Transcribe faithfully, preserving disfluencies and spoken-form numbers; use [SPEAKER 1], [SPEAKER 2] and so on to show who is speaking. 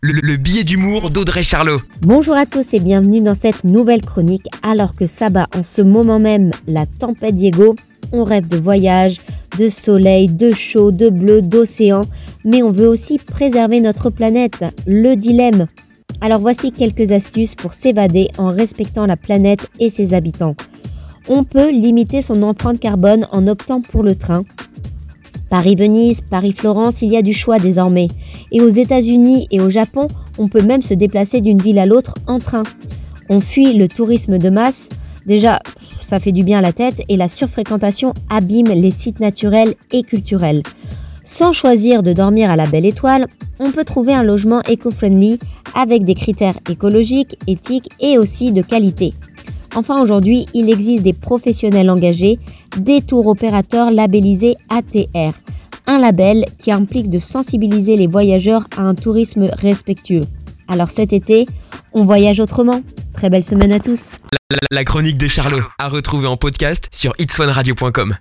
[SPEAKER 1] Le, le billet d'humour d'Audrey Charlot.
[SPEAKER 2] Bonjour à tous et bienvenue dans cette nouvelle chronique. Alors que s'abat en ce moment même la tempête Diego, on rêve de voyage, de soleil, de chaud, de bleu, d'océan, mais on veut aussi préserver notre planète, le dilemme. Alors voici quelques astuces pour s'évader en respectant la planète et ses habitants. On peut limiter son empreinte carbone en optant pour le train. Paris-Venise, Paris-Florence, il y a du choix désormais. Et aux États-Unis et au Japon, on peut même se déplacer d'une ville à l'autre en train. On fuit le tourisme de masse. Déjà, ça fait du bien à la tête et la surfréquentation abîme les sites naturels et culturels. Sans choisir de dormir à la Belle Étoile, on peut trouver un logement éco-friendly avec des critères écologiques, éthiques et aussi de qualité. Enfin, aujourd'hui, il existe des professionnels engagés, des tours opérateurs labellisés A T R, un label qui implique de sensibiliser les voyageurs à un tourisme respectueux. Alors cet été, on voyage autrement. Très belle semaine à tous.
[SPEAKER 1] La, la, la chronique de Charlot, à retrouver en podcast sur its one radio point com.